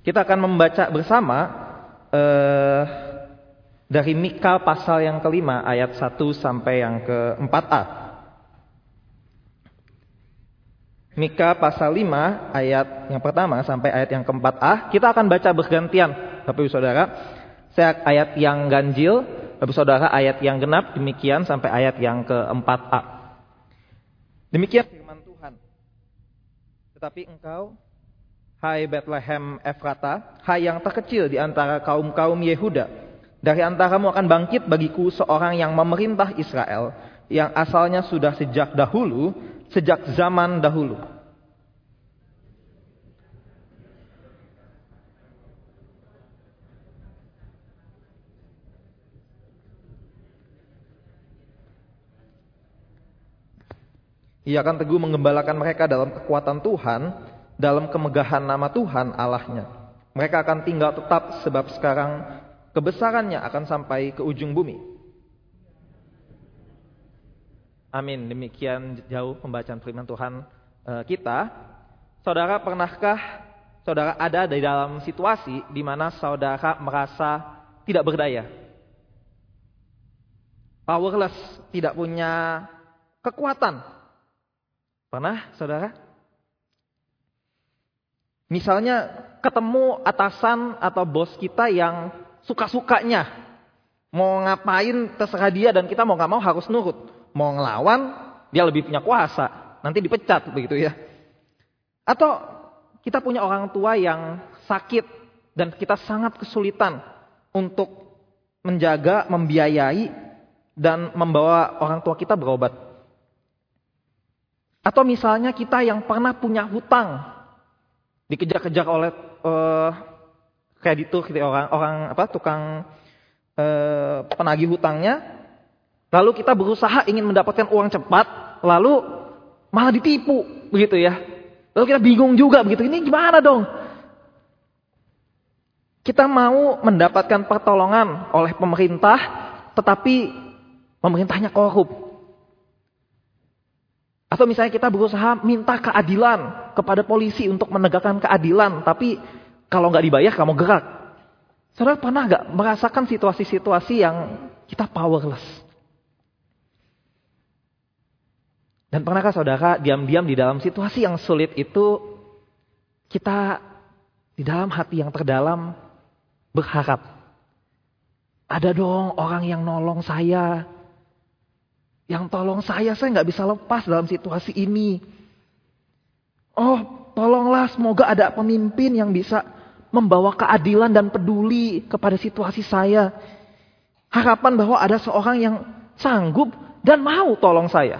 Kita akan membaca bersama dari Mika pasal yang kelima ayat 1 sampai yang ke-4a. Mika pasal 5 ayat yang pertama sampai ayat yang ke-4a. Kita akan baca bergantian, Bapak Ibu Saudara. Saya ayat yang ganjil, Bapak Ibu Saudara ayat yang genap, demikian sampai ayat yang ke-4a. Demikian firman Tuhan. Tetapi engkau, hai Bethlehem Efrata, hai yang terkecil di antara kaum-kaum Yehuda, dari antaramu akan bangkit bagiku seorang yang memerintah Israel, yang asalnya sudah sejak dahulu, sejak zaman dahulu. Ia akan teguh menggembalakan mereka dalam kekuatan Tuhan, dalam kemegahan nama Tuhan Allahnya. Mereka akan tinggal tetap sebab sekarang kebesarannya akan sampai ke ujung bumi. Amin. Demikian jauh pembacaan firman Tuhan kita. Saudara, pernahkah saudara ada di dalam situasi di mana saudara merasa tidak berdaya? Powerless, tidak punya kekuatan. Pernah, saudara? Misalnya ketemu atasan atau bos kita yang suka-sukanya. Mau ngapain terserah dia dan kita mau gak mau harus nurut. Mau ngelawan, dia lebih punya kuasa. Nanti dipecat begitu ya. Atau kita punya orang tua yang sakit dan kita sangat kesulitan untuk menjaga, membiayai dan membawa orang tua kita berobat. Atau misalnya kita yang pernah punya hutang, dikejar-kejar oleh kreditur, orang tukang penagih hutangnya, lalu kita berusaha ingin mendapatkan uang cepat, lalu malah ditipu, begitu ya. Lalu kita bingung juga begitu, ini gimana dong? Kita mau mendapatkan pertolongan oleh pemerintah, tetapi pemerintahnya korup. Atau misalnya kita berusaha minta keadilan kepada polisi untuk menegakkan keadilan, tapi kalau nggak dibayar kamu gerak. Saudara pernah nggak merasakan situasi-situasi yang kita powerless? Dan pernahkah saudara diam-diam di dalam situasi yang sulit itu, kita di dalam hati yang terdalam berharap, ada dong orang yang nolong saya. Yang tolong saya nggak bisa lepas dalam situasi ini. Oh, tolonglah, semoga ada pemimpin yang bisa membawa keadilan dan peduli kepada situasi saya. Harapan bahwa ada seorang yang sanggup dan mau tolong saya.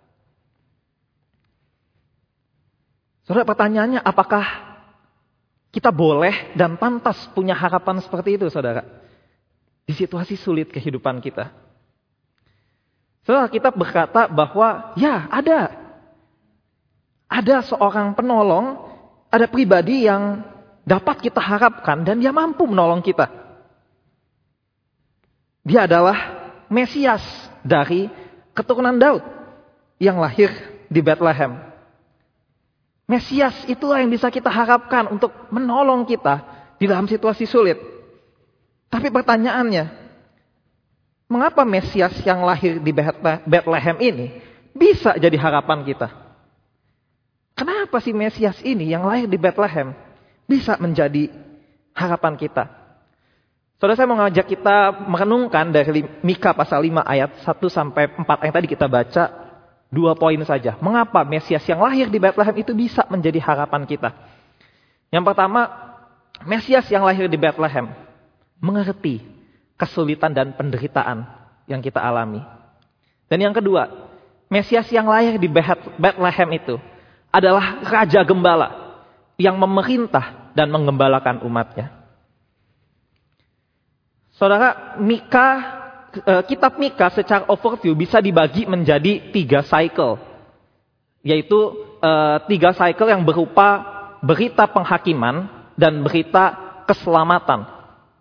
Saudara, pertanyaannya, apakah kita boleh dan pantas punya harapan seperti itu, saudara? Di situasi sulit kehidupan kita. Setelah kita berkata bahwa ya ada seorang penolong, ada pribadi yang dapat kita harapkan dan dia mampu menolong kita. Dia adalah Mesias dari keturunan Daud yang lahir di Bethlehem. Mesias itulah yang bisa kita harapkan untuk menolong kita di dalam situasi sulit. Tapi pertanyaannya, mengapa Mesias yang lahir di Bethlehem ini bisa jadi harapan kita? Kenapa si Mesias ini yang lahir di Bethlehem bisa menjadi harapan kita? Saudara, saya mau ngajak kita merenungkan dari Mika pasal 5 ayat 1 sampai 4 yang tadi kita baca, 2 poin saja. Mengapa Mesias yang lahir di Bethlehem itu bisa menjadi harapan kita? Yang pertama, Mesias yang lahir di Bethlehem mengerti kesulitan dan penderitaan yang kita alami. Dan yang kedua, Mesias yang lahir di Bethlehem itu adalah Raja Gembala yang memerintah dan menggembalakan umatnya. Saudara, kitab Mika secara overview bisa dibagi menjadi 3 cycle. Yaitu 3 cycle yang berupa berita penghakiman dan berita keselamatan.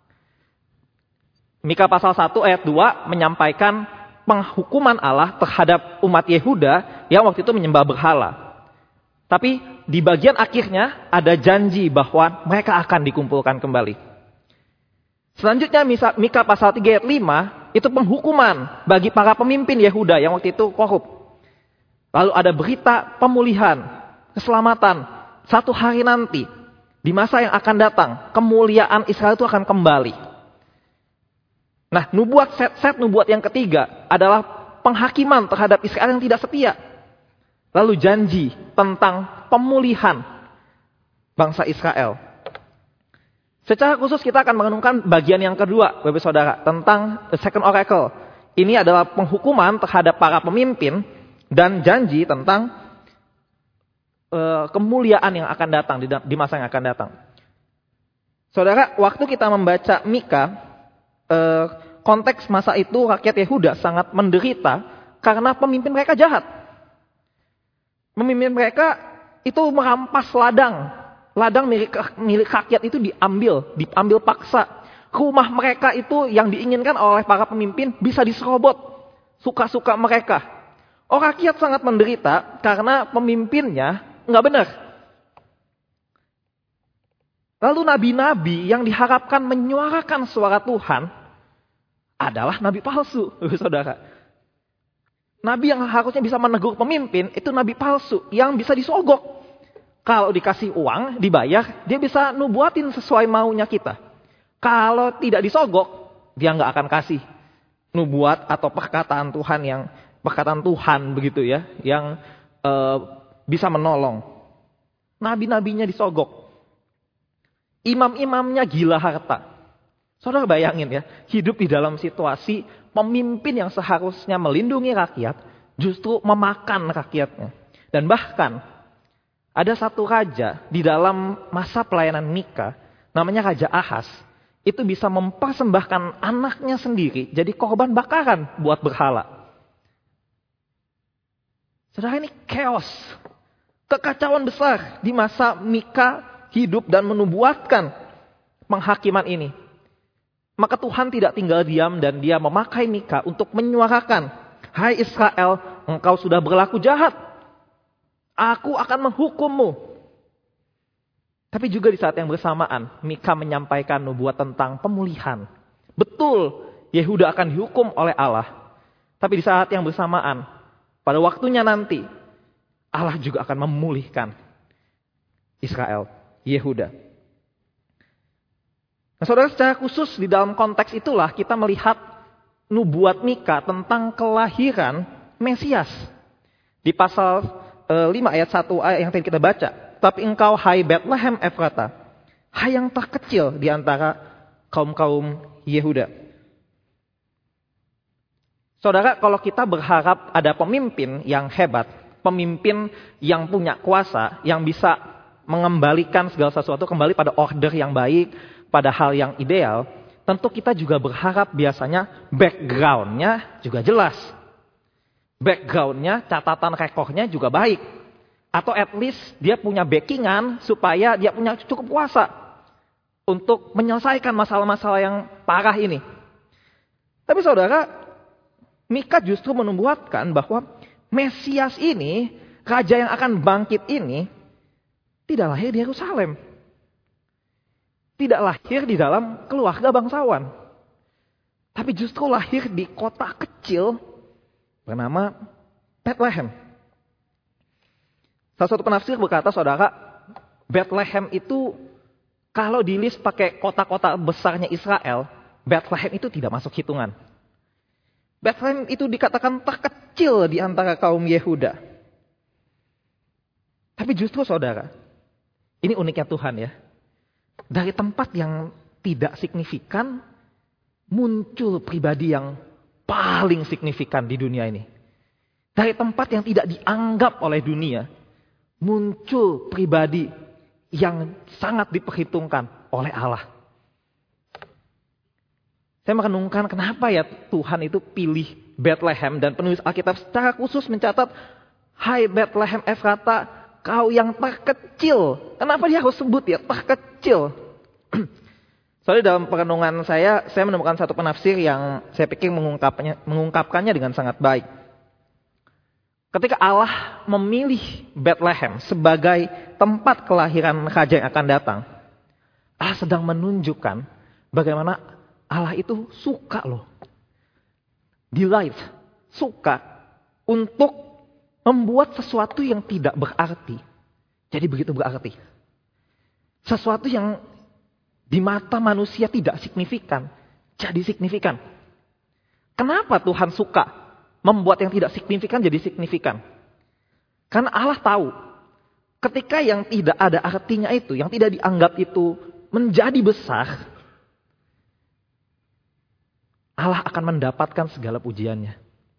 Mika pasal 1 ayat 2 menyampaikan penghukuman Allah terhadap umat Yehuda yang waktu itu menyembah berhala. Tapi di bagian akhirnya ada janji bahwa mereka akan dikumpulkan kembali. Selanjutnya Mika pasal 3 ayat 5 itu penghukuman bagi para pemimpin Yehuda yang waktu itu korup. Lalu ada berita pemulihan, keselamatan. Satu hari nanti, di masa yang akan datang, kemuliaan Israel itu akan kembali. Nah, set nubuat yang ketiga adalah penghakiman terhadap Israel yang tidak setia. Lalu janji tentang pemulihan bangsa Israel. Secara khusus kita akan merenungkan bagian yang kedua, Bapak Saudara, tentang the second oracle. Ini adalah penghukuman terhadap para pemimpin dan janji tentang kemuliaan yang akan datang di masa yang akan datang. Saudara, waktu kita membaca Mika, konteks masa itu rakyat Yehuda sangat menderita karena pemimpin mereka jahat. Pemimpin mereka itu merampas ladang. Ladang milik rakyat itu diambil paksa. Rumah mereka itu yang diinginkan oleh para pemimpin bisa diserobot. Suka-suka mereka. Rakyat sangat menderita karena pemimpinnya nggak benar. Lalu nabi-nabi yang diharapkan menyuarakan suara Tuhan adalah nabi palsu, saudara. Nabi yang harusnya bisa menegur pemimpin, itu nabi palsu yang bisa disogok. Kalau dikasih uang, dibayar, dia bisa nubuatin sesuai maunya kita. Kalau tidak disogok, dia nggak akan kasih nubuat atau perkataan Tuhan begitu ya, yang bisa menolong. Nabi-nabinya disogok. Imam-imamnya gila harta. Saudara bayangin ya, hidup di dalam situasi pemimpin yang seharusnya melindungi rakyat, justru memakan rakyatnya. Dan bahkan, ada satu raja di dalam masa pelayanan Mika, namanya Raja Ahaz, itu bisa mempersembahkan anaknya sendiri jadi korban bakaran buat berhala. Saudara, ini chaos, kekacauan besar di masa Mika hidup dan menubuatkan penghakiman ini. Maka Tuhan tidak tinggal diam dan dia memakai Mika untuk menyuarakan, "Hai Israel, engkau sudah berlaku jahat. Aku akan menghukummu." Tapi juga di saat yang bersamaan, Mika menyampaikan nubuat tentang pemulihan. Betul, Yehuda akan dihukum oleh Allah. Tapi di saat yang bersamaan, pada waktunya nanti, Allah juga akan memulihkan Israel, Yehuda. Nah, saudara, secara khusus di dalam konteks itulah kita melihat nubuat Mika tentang kelahiran Mesias. Di pasal 5 ayat 1a yang tadi kita baca. "Tapi engkau, hai Bethlehem Efrata, hai yang terkecil di antara kaum-kaum Yehuda." Saudara, kalau kita berharap ada pemimpin yang hebat, pemimpin yang punya kuasa, yang bisa mengembalikan segala sesuatu kembali pada order yang baik, pada hal yang ideal, tentu kita juga berharap biasanya background-nya juga jelas. Background-nya, catatan rekornya juga baik. Atau at least dia punya backingan supaya dia punya cukup kuasa untuk menyelesaikan masalah-masalah yang parah ini. Tapi saudara, Mika justru menubuatkan bahwa Mesias ini, raja yang akan bangkit ini, tidak lahir di Yerusalem. Tidak lahir di dalam keluarga bangsawan. Tapi justru lahir di kota kecil bernama Bethlehem. Salah satu penafsir berkata, saudara, Bethlehem itu kalau di list pakai kota-kota besarnya Israel, Bethlehem itu tidak masuk hitungan. Bethlehem itu dikatakan terkecil di antara kaum Yehuda. Tapi justru saudara, ini uniknya Tuhan ya. Dari tempat yang tidak signifikan, muncul pribadi yang paling signifikan di dunia ini. Dari tempat yang tidak dianggap oleh dunia, muncul pribadi yang sangat diperhitungkan oleh Allah. Saya merenungkan kenapa ya Tuhan itu pilih Bethlehem, dan penulis Alkitab secara khusus mencatat, "Hai Bethlehem Efrata, kau yang terkecil." Kenapa dia harus sebut ya terkecil? Soalnya dalam perenungan saya menemukan satu penafsir yang saya pikir mengungkapkannya dengan sangat baik. Ketika Allah memilih Bethlehem sebagai tempat kelahiran raja yang akan datang, Allah sedang menunjukkan bagaimana Allah itu suka loh. Delight, suka untuk membuat sesuatu yang tidak berarti jadi begitu berarti. Sesuatu yang di mata manusia tidak signifikan jadi signifikan. Kenapa Tuhan suka membuat yang tidak signifikan jadi signifikan? Karena Allah tahu ketika yang tidak ada artinya itu, yang tidak dianggap itu menjadi besar, Allah akan mendapatkan segala pujiannya.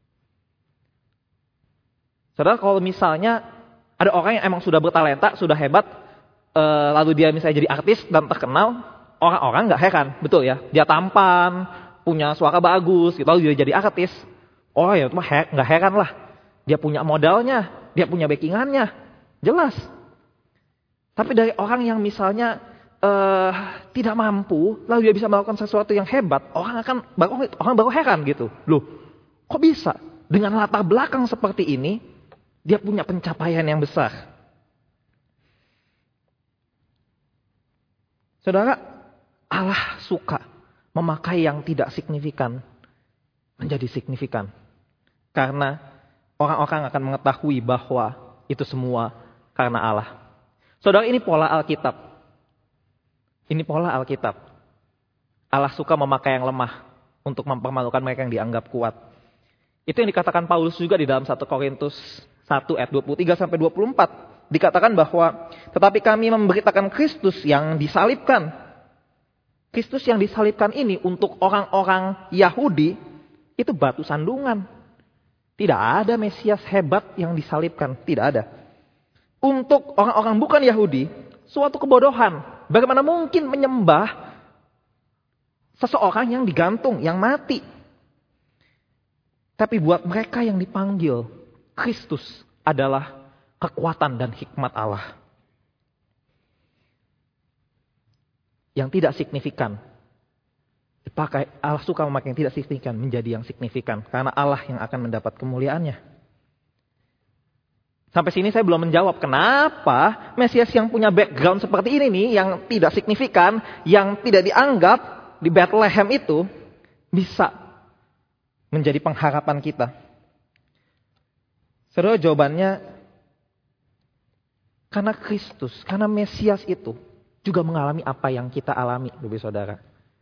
Saudara, kalau misalnya ada orang yang emang sudah bertalenta, sudah hebat, lalu dia misalnya jadi artis dan terkenal, orang-orang gak heran, betul ya? Dia tampan, punya suara bagus, lalu dia jadi artis. Oh ya, itu mah gak heran lah. Dia punya modalnya, dia punya backingannya, jelas. Tapi dari orang yang misalnya tidak mampu, lalu dia bisa melakukan sesuatu yang hebat, orang baru heran gitu. Loh, kok bisa? Dengan latar belakang seperti ini, dia punya pencapaian yang besar. Saudara, Allah suka memakai yang tidak signifikan menjadi signifikan. Karena orang-orang akan mengetahui bahwa itu semua karena Allah. Saudara, ini pola Alkitab. Ini pola Alkitab. Allah suka memakai yang lemah untuk mempermalukan mereka yang dianggap kuat. Itu yang dikatakan Paulus juga di dalam 1 Korintus 1 ayat 23 sampai 24. Dikatakan bahwa tetapi kami memberitakan Kristus yang disalibkan. Kristus yang disalibkan ini untuk orang-orang Yahudi itu batu sandungan. Tidak ada Mesias hebat yang disalibkan, tidak ada. Untuk orang-orang bukan Yahudi, suatu kebodohan. Bagaimana mungkin menyembah seseorang yang digantung, yang mati? Tapi buat mereka yang dipanggil, Kristus adalah kekuatan dan hikmat Allah. Yang tidak signifikan. Dipakai, Allah suka memakai yang tidak signifikan menjadi yang signifikan. Karena Allah yang akan mendapat kemuliaannya. Sampai sini saya belum menjawab kenapa Mesias yang punya background seperti ini nih, yang tidak signifikan, yang tidak dianggap di Bethlehem itu, bisa menjadi pengharapan kita. Saudara, jawabannya karena Kristus, karena Mesias itu juga mengalami apa yang kita alami, Bapak Saudara.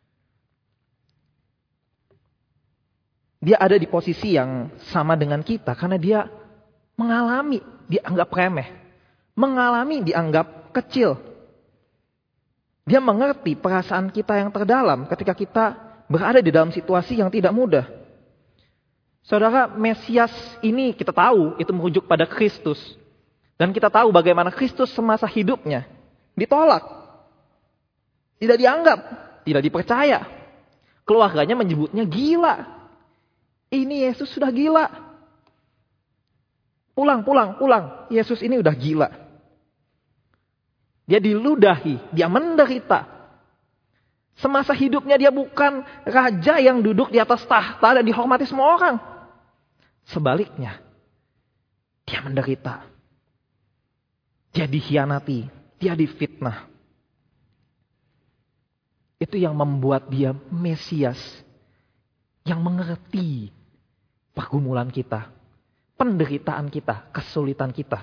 Dia ada di posisi yang sama dengan kita karena dia mengalami dianggap remeh, mengalami dianggap kecil. Dia mengerti perasaan kita yang terdalam ketika kita berada di dalam situasi yang tidak mudah. Saudara, Mesias ini kita tahu itu merujuk pada Kristus. Dan kita tahu bagaimana Kristus semasa hidupnya ditolak. Tidak dianggap, tidak dipercaya. Keluarganya menyebutnya gila. Ini Yesus sudah gila. Pulang. Yesus ini udah gila. Dia diludahi, dia menderita. Semasa hidupnya dia bukan raja yang duduk di atas tahta dan dihormati semua orang. Sebaliknya, dia menderita. Dia dikhianati, dia difitnah. Itu yang membuat dia Mesias yang mengerti pergumulan kita, penderitaan kita, kesulitan kita.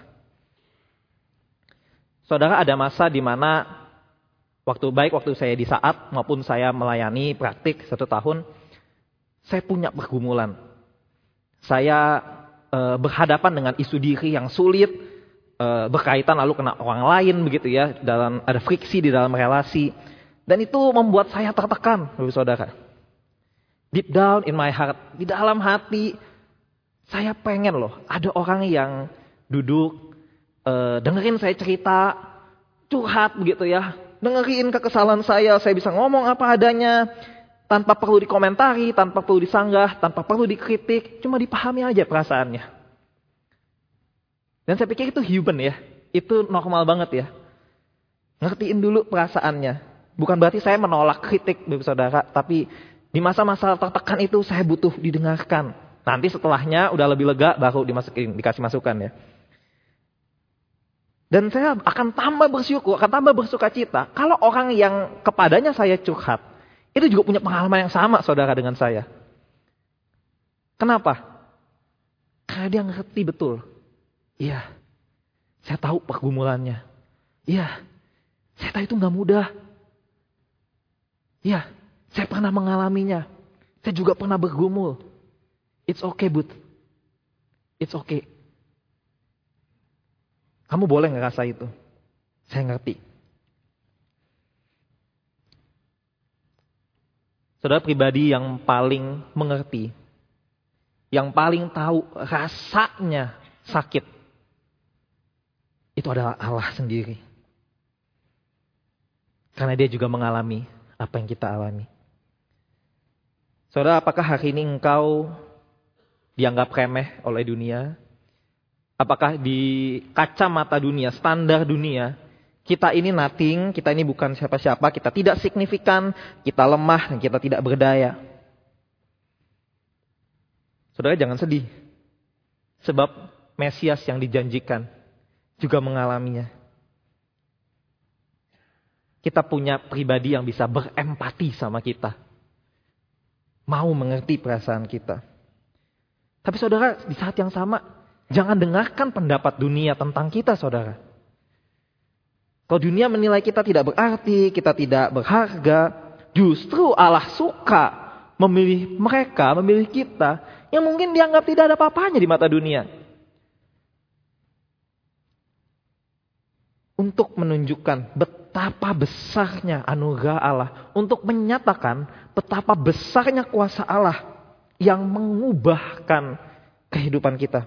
Saudara, ada masa di mana waktu saya di saat maupun saya melayani praktik 1 tahun, saya punya pergumulan. Saya berhadapan dengan isu diri yang sulit, berkaitan lalu kena orang lain begitu ya, ada friksi di dalam relasi, dan itu membuat saya tertekan, Bapak Saudara. Deep down in my heart, di dalam hati, saya pengen loh ada orang yang duduk, dengerin saya cerita, curhat begitu ya, dengerin kekesalan saya bisa ngomong apa adanya, tanpa perlu dikomentari, tanpa perlu disanggah, tanpa perlu dikritik, cuma dipahami aja perasaannya. Dan saya pikir itu human ya, itu normal banget ya. Ngertiin dulu perasaannya. Bukan berarti saya menolak kritik, Bapak Saudara, tapi di masa-masa tertekan itu saya butuh didengarkan. Nanti setelahnya udah lebih lega baru dikasih masukan ya. Dan saya akan tambah bersyukur, akan tambah bersuka cita kalau orang yang kepadanya saya curhat itu juga punya pengalaman yang sama saudara dengan saya. Kenapa? Karena dia ngerti betul. Iya, saya tahu pergumulannya. Iya, saya tahu itu gak mudah. Iya, saya pernah mengalaminya. Saya juga pernah bergumul. It's okay, Bud. It's okay. Kamu boleh ngerasa itu. Saya ngerti. Saudara pribadi yang paling mengerti, yang paling tahu rasanya sakit, itu adalah Allah sendiri. Karena dia juga mengalami apa yang kita alami. Saudara, apakah hari ini engkau dianggap remeh oleh dunia? Apakah di kacamata dunia, standar dunia, kita ini nothing, kita ini bukan siapa-siapa, kita tidak signifikan, kita lemah, dan kita tidak berdaya? Saudara jangan sedih. Sebab Mesias yang dijanjikan juga mengalaminya. Kita punya pribadi yang bisa berempati sama kita. Mau mengerti perasaan kita. Tapi saudara, di saat yang sama, jangan dengarkan pendapat dunia tentang kita, saudara. Kalau dunia menilai kita tidak berarti, kita tidak berharga, justru Allah suka memilih mereka, memilih kita, yang mungkin dianggap tidak ada apa-apanya di mata dunia. Untuk menunjukkan betapa besarnya anugerah Allah, untuk menyatakan betapa besarnya kuasa Allah yang mengubahkan kehidupan kita.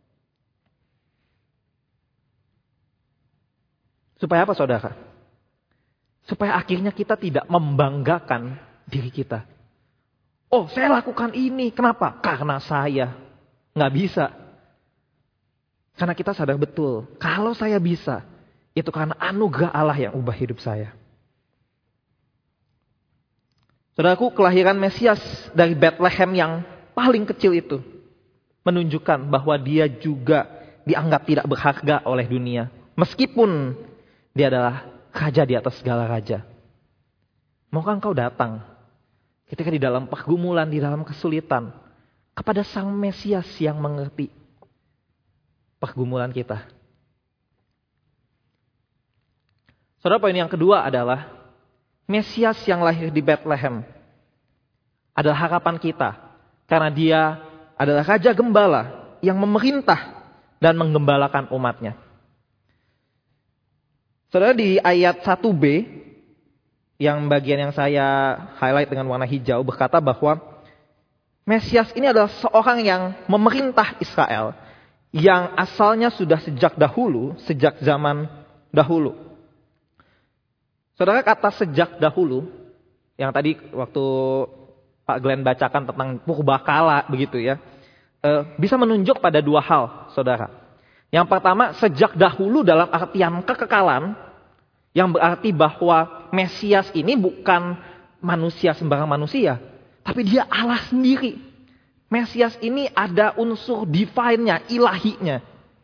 Supaya apa saudara? Supaya akhirnya kita tidak membanggakan diri kita. Oh, saya lakukan ini. Kenapa? Karena saya. Nggak bisa. Karena kita sadar betul. Kalau saya bisa, itu karena anugerah Allah yang ubah hidup saya. Saudaraku, kelahiran Mesias dari Bethlehem yang paling kecil itu menunjukkan bahwa dia juga dianggap tidak berharga oleh dunia. Meskipun dia adalah raja di atas segala raja. Maukah engkau datang ketika di dalam pergumulan, di dalam kesulitan, kepada Sang Mesias yang mengerti pergumulan kita? Saudara, poin yang kedua adalah Mesias yang lahir di Bethlehem adalah harapan kita. Karena dia adalah Raja Gembala yang memerintah dan menggembalakan umatnya. Saudara, di ayat 1b, yang bagian yang saya highlight dengan warna hijau, berkata bahwa Mesias ini adalah seorang yang memerintah Israel, yang asalnya sudah sejak dahulu, sejak zaman dahulu. Saudara, kata sejak dahulu, yang tadi waktu Pak Glenn bacakan tentang purbakala begitu ya, bisa menunjuk pada dua hal, saudara. Yang pertama, sejak dahulu dalam artian kekekalan, yang berarti bahwa Mesias ini bukan manusia sembarang manusia, tapi dia Allah sendiri. Mesias ini ada unsur divine-nya, ilahinya.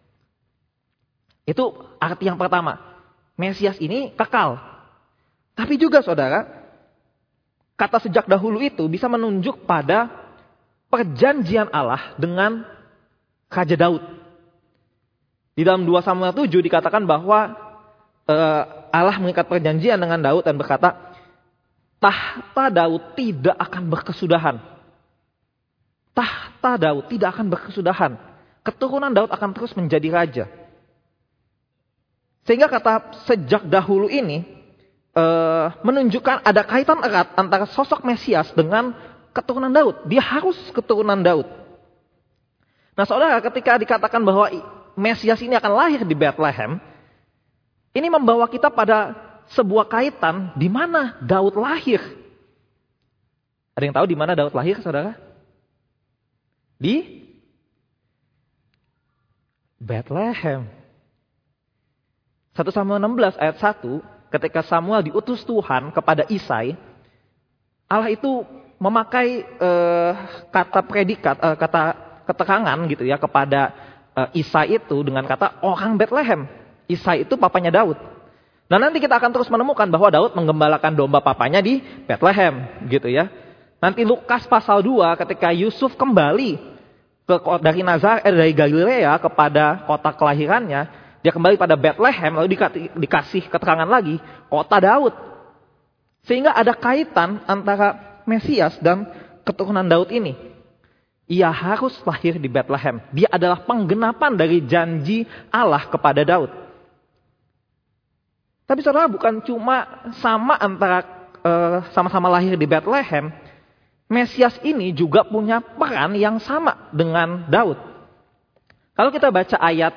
Itu arti yang pertama. Mesias ini kekal. Tapi juga saudara, kata sejak dahulu itu bisa menunjuk pada perjanjian Allah dengan Raja Daud. Di dalam 2 Samuel 7 dikatakan bahwa Allah mengikat perjanjian dengan Daud dan berkata, tahta Daud tidak akan berkesudahan. Tahta Daud tidak akan berkesudahan. Keturunan Daud akan terus menjadi raja. Sehingga kata sejak dahulu ini menunjukkan ada kaitan erat antara sosok Mesias dengan keturunan Daud. Dia harus keturunan Daud. Nah saudara, ketika dikatakan bahwa Mesias ini akan lahir di Bethlehem, ini membawa kita pada sebuah kaitan di mana Daud lahir. Ada yang tahu di mana Daud lahir, saudara? Di Bethlehem. 1 Samuel 16 ayat 1, ketika Samuel diutus Tuhan kepada Isai, Allah itu memakai kata predikat, kata keterangan gitu ya kepada Isai itu dengan kata orang Bethlehem. Isai itu papanya Daud. Dan nanti kita akan terus menemukan bahwa Daud menggembalakan domba papanya di Bethlehem gitu ya. Nanti Lukas pasal 2 ketika Yusuf kembali dari Galilea kepada kota kelahirannya, dia kembali pada Bethlehem lalu dikasih keterangan lagi kota Daud. Sehingga ada kaitan antara Mesias dan keturunan Daud ini. Ia harus lahir di Bethlehem. Dia adalah penggenapan dari janji Allah kepada Daud. Tapi saudara, bukan cuma sama-sama lahir di Bethlehem. Mesias ini juga punya peran yang sama dengan Daud. Kalau kita baca ayat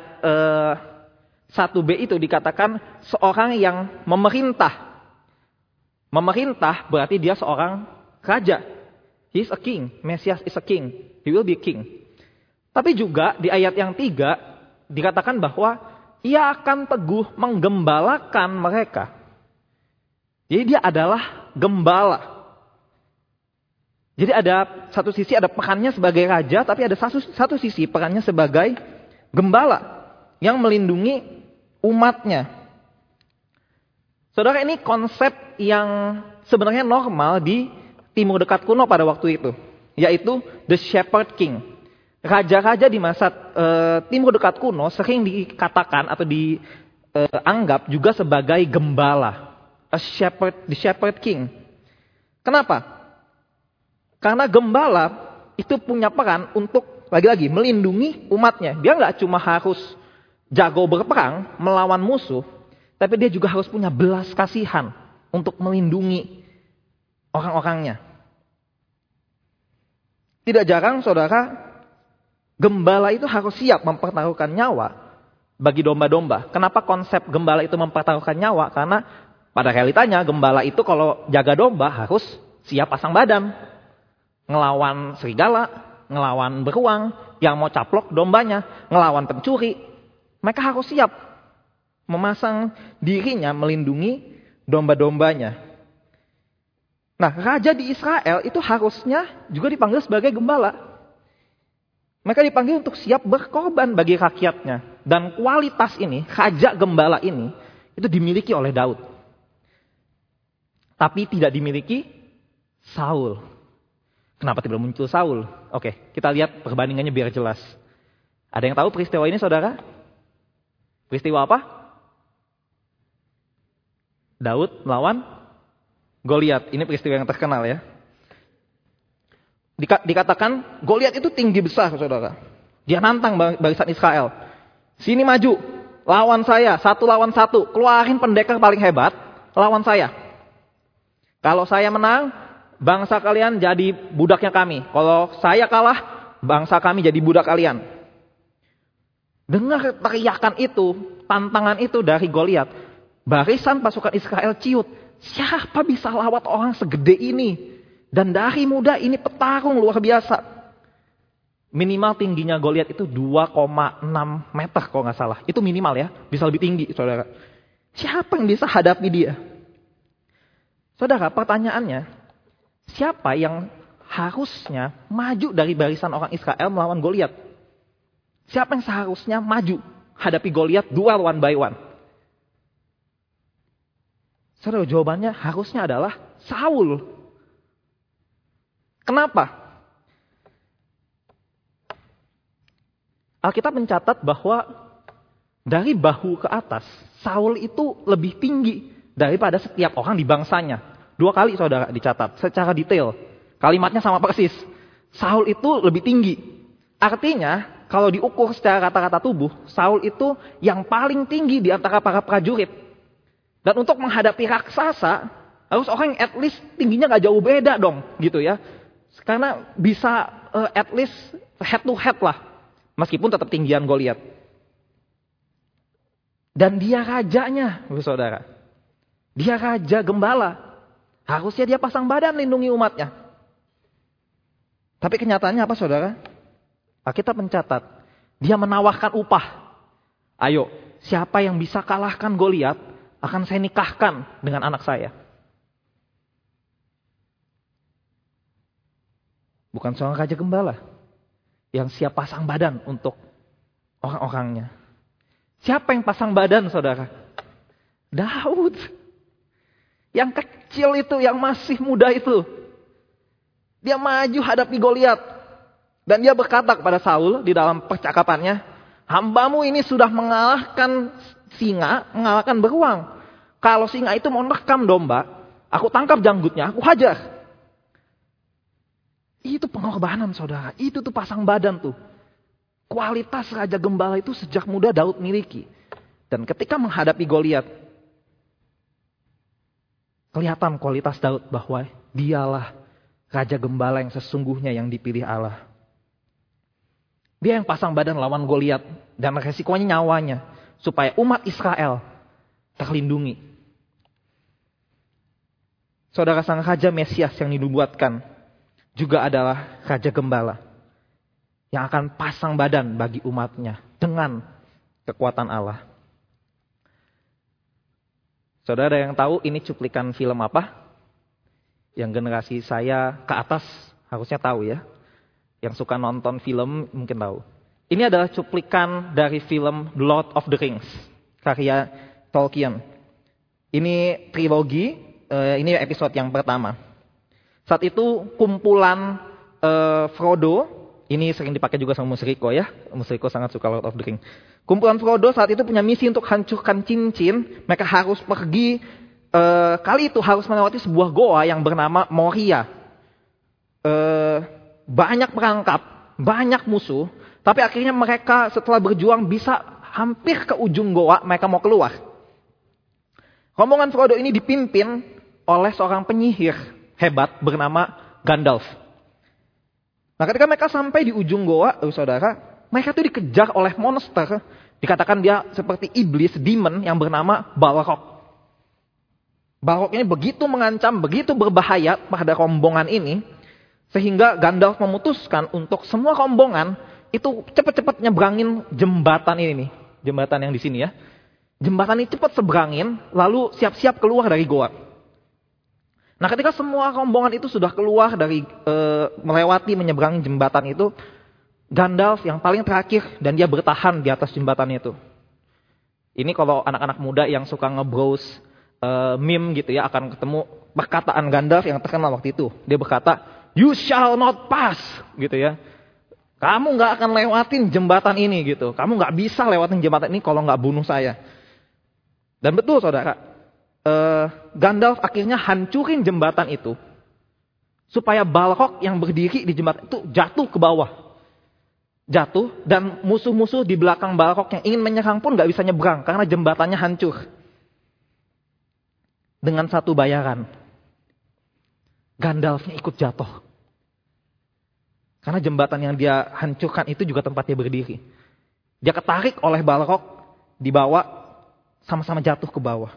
1b itu dikatakan seorang yang memerintah. Memerintah berarti dia seorang raja. He is a king. Mesias is a king. He will be a king. Tapi juga di ayat yang 3 dikatakan bahwa ia akan teguh menggembalakan mereka. Jadi dia adalah gembala. Jadi ada satu sisi ada perannya sebagai raja, tapi ada satu sisi perannya sebagai gembala yang melindungi umatnya. Saudara, ini konsep yang sebenarnya normal di Timur Dekat kuno pada waktu itu, yaitu the shepherd king. Raja-raja di masa Timur Dekat kuno sering dikatakan atau dianggap juga sebagai gembala, the shepherd king. Kenapa? Karena gembala itu punya peran untuk lagi-lagi melindungi umatnya. Dia nggak cuma harus jago berperang melawan musuh, tapi dia juga harus punya belas kasihan untuk melindungi orang-orangnya. Tidak jarang saudara, gembala itu harus siap mempertaruhkan nyawa bagi domba-domba. Kenapa konsep gembala itu mempertaruhkan nyawa? Karena pada realitanya gembala itu kalau jaga domba harus siap pasang badan. Ngelawan serigala, ngelawan beruang, yang mau caplok dombanya, ngelawan pencuri. Mereka harus siap memasang dirinya melindungi domba-dombanya. Nah, raja di Israel itu harusnya juga dipanggil sebagai gembala. Mereka dipanggil untuk siap berkorban bagi rakyatnya. Dan kualitas ini, raja gembala ini, itu dimiliki oleh Daud. Tapi tidak dimiliki Saul. Kenapa tidak muncul Saul? Oke, kita lihat perbandingannya biar jelas. Ada yang tahu peristiwa ini, saudara? Peristiwa apa? Daud melawan Goliat. Ini peristiwa yang terkenal ya. Dikatakan Goliat itu tinggi besar, saudara. Dia nantang barisan Israel. Sini maju, lawan saya, 1 lawan 1. Keluarin pendekar paling hebat, lawan saya. Kalau saya menang, bangsa kalian jadi budaknya kami. Kalau saya kalah, bangsa kami jadi budak kalian. Dengar teriakan itu, tantangan itu dari Goliat. Barisan pasukan Israel ciut. Siapa bisa lawat orang segede ini? Dan dari muda ini petarung luar biasa. Minimal tingginya Goliat itu 2,6 meter kalau nggak salah. Itu minimal ya, bisa lebih tinggi saudara. Siapa yang bisa hadapi dia? Saudara, pertanyaannya, siapa yang harusnya maju dari barisan orang Israel melawan Goliat? Siapa yang seharusnya maju hadapi Goliat duel 1 by 1? Saudara, jawabannya harusnya adalah Saul. Kenapa? Alkitab mencatat bahwa dari bahu ke atas, Saul itu lebih tinggi daripada setiap orang di bangsanya. 2 kali saudara dicatat secara detail. Kalimatnya sama persis. Saul itu lebih tinggi. Artinya kalau diukur secara rata-rata tubuh, Saul itu yang paling tinggi di antara para prajurit. Dan untuk menghadapi raksasa, harus orang yang at least tingginya gak jauh beda dong gitu ya. Karena bisa at least head to head lah. Meskipun tetap tinggian Goliat. Dan dia rajanya, saudara. Dia raja gembala. Harusnya dia pasang badan lindungi umatnya. Tapi kenyataannya apa saudara? Kita mencatat. Dia menawarkan upah. Ayo, siapa yang bisa kalahkan Goliat, akan saya nikahkan dengan anak saya. Bukan seorang raja gembala yang siap pasang badan untuk orang-orangnya. Siapa yang pasang badan, saudara? Daud. Yang kecil itu, yang masih muda itu. Dia maju hadapi Goliat. Dan dia berkata kepada Saul di dalam percakapannya, hambamu ini sudah mengalahkan singa, mengalahkan beruang. Kalau singa itu mau nekam domba, aku tangkap janggutnya, aku hajar. Itu pengorbanan, saudara. Itu tuh pasang badan tuh. Kualitas raja gembala itu sejak muda Daud miliki. Dan ketika menghadapi Goliat, kelihatan kualitas Daud bahwa dialah raja gembala yang sesungguhnya yang dipilih Allah. Dia yang pasang badan lawan Goliat dan resikonya nyawanya supaya umat Israel terlindungi. Saudara, sang raja Mesias yang dinubuatkan juga adalah raja gembala yang akan pasang badan bagi umatnya dengan kekuatan Allah. Saudara yang tahu ini cuplikan film apa? Yang generasi saya ke atas harusnya tahu ya. Yang suka nonton film mungkin tahu. Ini adalah cuplikan dari film The Lord of the Rings, karya Tolkien. Ini trilogi, ini episode yang pertama. Saat itu kumpulan Frodo, ini sering dipakai juga sama Mas Riko ya. Mas Riko sangat suka Lord of the Rings. Kumpulan Frodo saat itu punya misi untuk hancurkan cincin. Mereka harus pergi, kali itu harus melewati sebuah goa yang bernama Moria. Banyak perangkap, banyak musuh. Tapi akhirnya mereka setelah berjuang bisa hampir ke ujung goa, mereka mau keluar. Rombongan Frodo ini dipimpin oleh seorang penyihir hebat bernama Gandalf. Nah, ketika mereka sampai di ujung goa, saudara, mereka tuh dikejar oleh monster. Dikatakan dia seperti iblis, demon yang bernama Balrog. Balrog ini begitu mengancam, begitu berbahaya pada rombongan ini, sehingga Gandalf memutuskan untuk semua rombongan itu cepat-cepat nyebrangin jembatan ini nih. Jembatan yang di sini ya. Jembatan ini cepat seberangin, lalu siap-siap keluar dari goa. Nah, ketika semua rombongan itu sudah keluar dari melewati menyeberangi jembatan itu, Gandalf yang paling terakhir dan dia bertahan di atas jembatan itu. Ini kalau anak-anak muda yang suka nge-browse meme gitu ya, akan ketemu perkataan Gandalf yang terkenal waktu itu. Dia berkata, "You shall not pass," gitu ya. Kamu nggak akan lewatin jembatan ini gitu. Kamu nggak bisa lewatin jembatan ini kalau nggak bunuh saya. Dan betul, saudara. Gandalf akhirnya hancurin jembatan itu supaya Balrog yang berdiri di jembatan itu jatuh ke bawah. Jatuh dan musuh-musuh di belakang Balrog yang ingin menyerang pun nggak bisa nyebrang karena jembatannya hancur. Dengan satu bayaran, Gandalfnya ikut jatuh. Karena jembatan yang dia hancurkan itu juga tempat dia berdiri. Dia ketarik oleh Balrog, dibawa sama-sama jatuh ke bawah.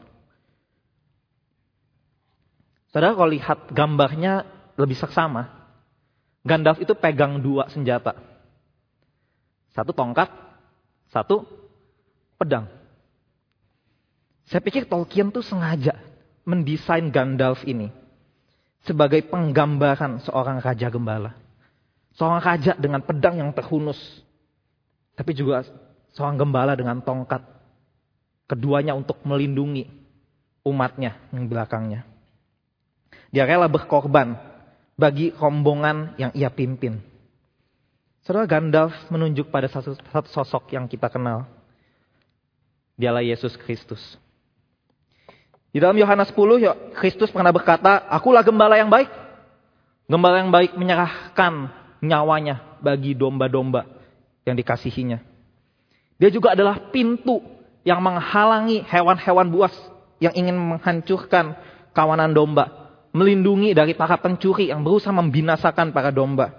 Saudara, kalau lihat gambarnya lebih seksama. Gandalf itu pegang dua senjata. Satu tongkat, satu pedang. Saya pikir Tolkien tuh sengaja mendesain Gandalf ini sebagai penggambaran seorang raja gembala. Seorang raja dengan pedang yang terhunus. Tapi juga seorang gembala dengan tongkat. Keduanya untuk melindungi umatnya yang belakangnya. Dia rela berkorban bagi rombongan yang ia pimpin. Saudara, Gandalf menunjuk pada satu sosok yang kita kenal. Dialah Yesus Kristus. Di dalam Yohanes 10, Kristus pernah berkata, "Akulah gembala yang baik." Gembala yang baik menyerahkan nyawanya bagi domba-domba yang dikasihinya. Dia juga adalah pintu yang menghalangi hewan-hewan buas yang ingin menghancurkan kawanan domba. Melindungi dari para pencuri yang berusaha membinasakan para domba.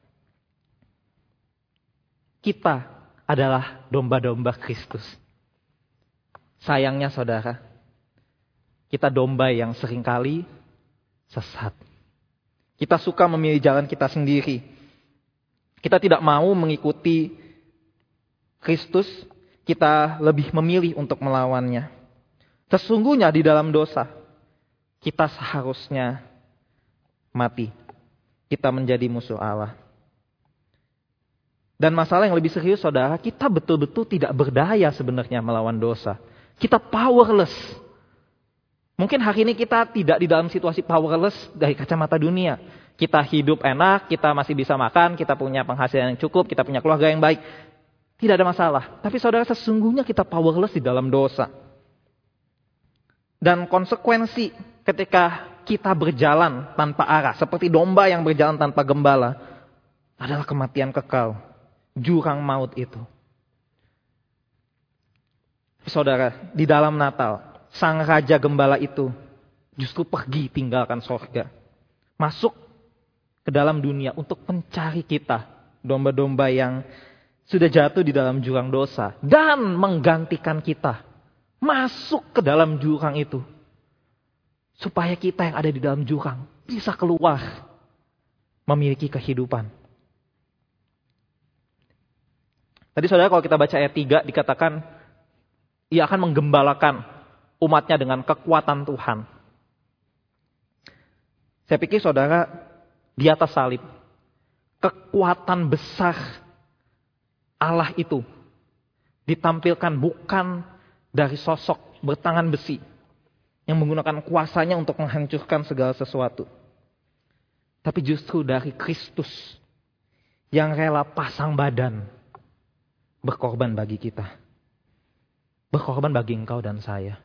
Kita adalah domba-domba Kristus. Sayangnya, saudara, kita domba yang seringkali sesat. Kita suka memilih jalan kita sendiri. Kita tidak mau mengikuti Kristus, kita lebih memilih untuk melawannya. Sesungguhnya di dalam dosa, kita seharusnya mati. kita menjadi musuh Allah. Dan masalah yang lebih serius saudara, kita betul-betul tidak berdaya sebenarnya melawan dosa. Kita powerless. Mungkin hari ini kita tidak di dalam situasi powerless dari kacamata dunia. Kita hidup enak, kita masih bisa makan, kita punya penghasilan yang cukup, kita punya keluarga yang baik. Tidak ada masalah. Tapi saudara, sesungguhnya kita powerless di dalam dosa. Dan konsekuensi ketika kita berjalan tanpa arah, seperti domba yang berjalan tanpa gembala, adalah kematian kekal. Jurang maut itu. Saudara, di dalam Natal, sang Raja Gembala itu justru pergi tinggalkan sorga. Masuk ke dalam dunia untuk mencari kita, domba-domba yang sudah jatuh di dalam jurang dosa. Dan menggantikan kita. Masuk ke dalam jurang itu. Supaya kita yang ada di dalam jurang bisa keluar. Memiliki kehidupan. Tadi saudara kalau kita baca ayat 3 dikatakan ia akan menggembalakan umatnya dengan kekuatan Tuhan. Saya pikir saudara di atas salib kekuatan besar Allah itu ditampilkan bukan dari sosok bertangan besi yang menggunakan kuasanya untuk menghancurkan segala sesuatu. Tapi justru dari Kristus yang rela pasang badan berkorban bagi kita. Berkorban bagi engkau dan saya.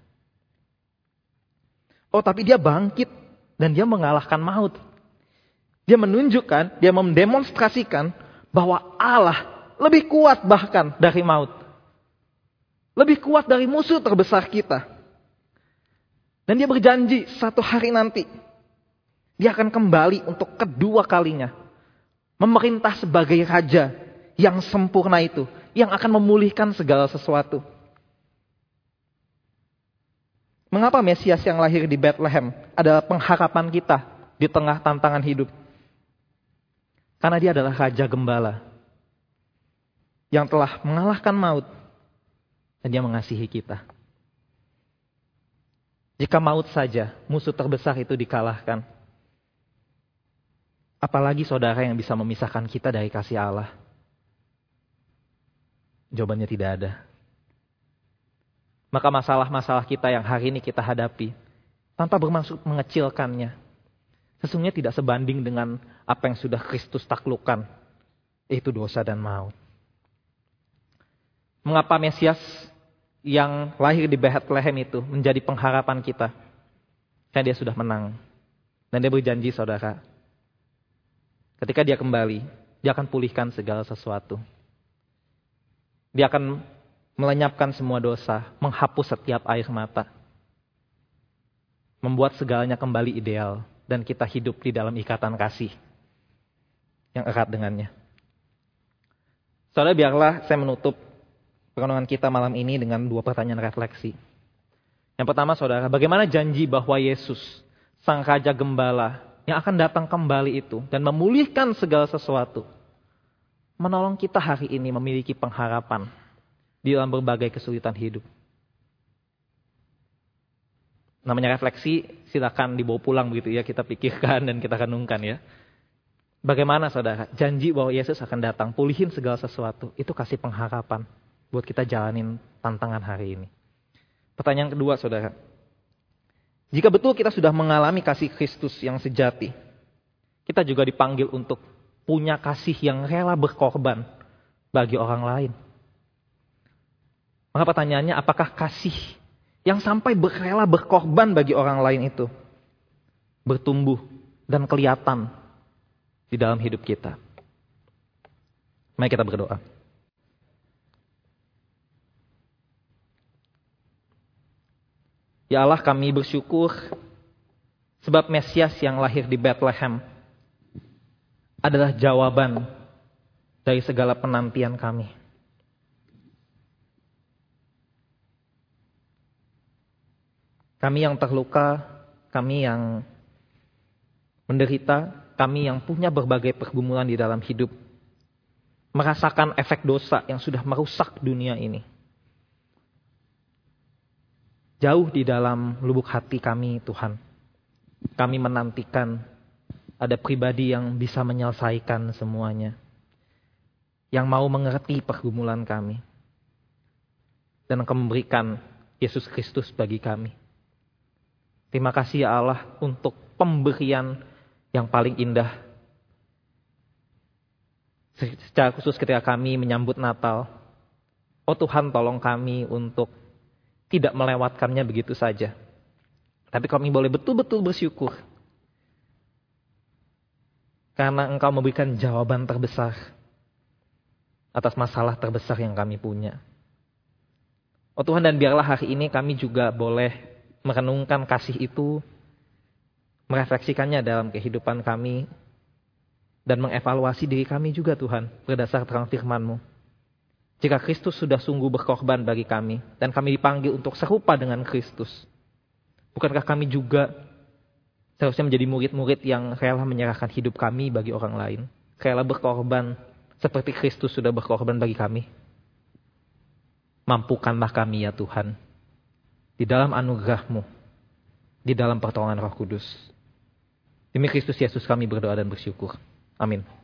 Oh, tapi dia bangkit dan dia mengalahkan maut. Dia menunjukkan, dia mendemonstrasikan bahwa Allah lebih kuat bahkan dari maut. Lebih kuat dari musuh terbesar kita. Dan dia berjanji satu hari nanti dia akan kembali untuk kedua kalinya. Memerintah sebagai raja yang sempurna itu. Yang akan memulihkan segala sesuatu. Mengapa Mesias yang lahir di Bethlehem adalah pengharapan kita di tengah tantangan hidup? Karena dia adalah Raja Gembala. Yang telah mengalahkan maut. Dan dia mengasihi kita. Jika maut saja musuh terbesar itu dikalahkan. Apalagi saudara yang bisa memisahkan kita dari kasih Allah. Jawabannya tidak ada. Maka masalah-masalah kita yang hari ini kita hadapi, tanpa bermaksud mengecilkannya, sesungguhnya tidak sebanding dengan apa yang sudah Kristus taklukkan, yaitu dosa dan maut. Mengapa Mesias yang lahir di Bethlehem itu menjadi pengharapan kita? Karena dia sudah menang. Dan dia berjanji saudara, ketika dia kembali, dia akan pulihkan segala sesuatu. Dia akan melenyapkan semua dosa, menghapus setiap air mata. Membuat segalanya kembali ideal. Dan kita hidup di dalam ikatan kasih yang erat dengannya. Saudara, biarlah saya menutup perenungan kita malam ini dengan dua pertanyaan refleksi. Yang pertama saudara, bagaimana janji bahwa Yesus, Sang Raja Gembala, yang akan datang kembali itu dan memulihkan segala sesuatu, menolong kita hari ini memiliki pengharapan di dalam berbagai kesulitan hidup. Namanya refleksi, silakan dibawa pulang begitu ya, kita pikirkan dan kita renungkan ya. Bagaimana saudara, janji bahwa Yesus akan datang, pulihin segala sesuatu, itu kasih pengharapan buat kita jalanin tantangan hari ini. Pertanyaan kedua saudara, jika betul kita sudah mengalami kasih Kristus yang sejati, kita juga dipanggil untuk punya kasih yang rela berkorban bagi orang lain. Maka pertanyaannya, apakah kasih yang sampai rela berkorban bagi orang lain itu bertumbuh dan kelihatan di dalam hidup kita? Mari kita berdoa. Ya Allah, kami bersyukur sebab Mesias yang lahir di Bethlehem adalah jawaban dari segala penantian kami. Kami yang terluka, kami yang menderita, kami yang punya berbagai pergumulan di dalam hidup, merasakan efek dosa yang sudah merusak dunia ini. Jauh di dalam lubuk hati kami, Tuhan, kami menantikan ada pribadi yang bisa menyelesaikan semuanya, yang mau mengerti pergumulan kami, dan Engkau memberikan Yesus Kristus bagi kami. Terima kasih ya Allah untuk pemberian yang paling indah. Secara khusus ketika kami menyambut Natal, oh Tuhan, tolong kami untuk tidak melewatkannya begitu saja. Tapi kami boleh betul-betul bersyukur karena Engkau memberikan jawaban terbesar atas masalah terbesar yang kami punya. Oh Tuhan, dan biarlah hari ini kami juga boleh merenungkan kasih itu, merefleksikannya dalam kehidupan kami, dan mengevaluasi diri kami juga Tuhan, berdasar terang firman-Mu. Jika Kristus sudah sungguh berkorban bagi kami, dan kami dipanggil untuk serupa dengan Kristus, bukankah kami juga seharusnya menjadi murid-murid yang rela menyerahkan hidup kami bagi orang lain, rela berkorban seperti Kristus sudah berkorban bagi kami? Mampukanlah kami ya Tuhan, di dalam anugerah-Mu, di dalam pertolongan Roh Kudus. Demi Kristus Yesus kami berdoa dan bersyukur. Amin.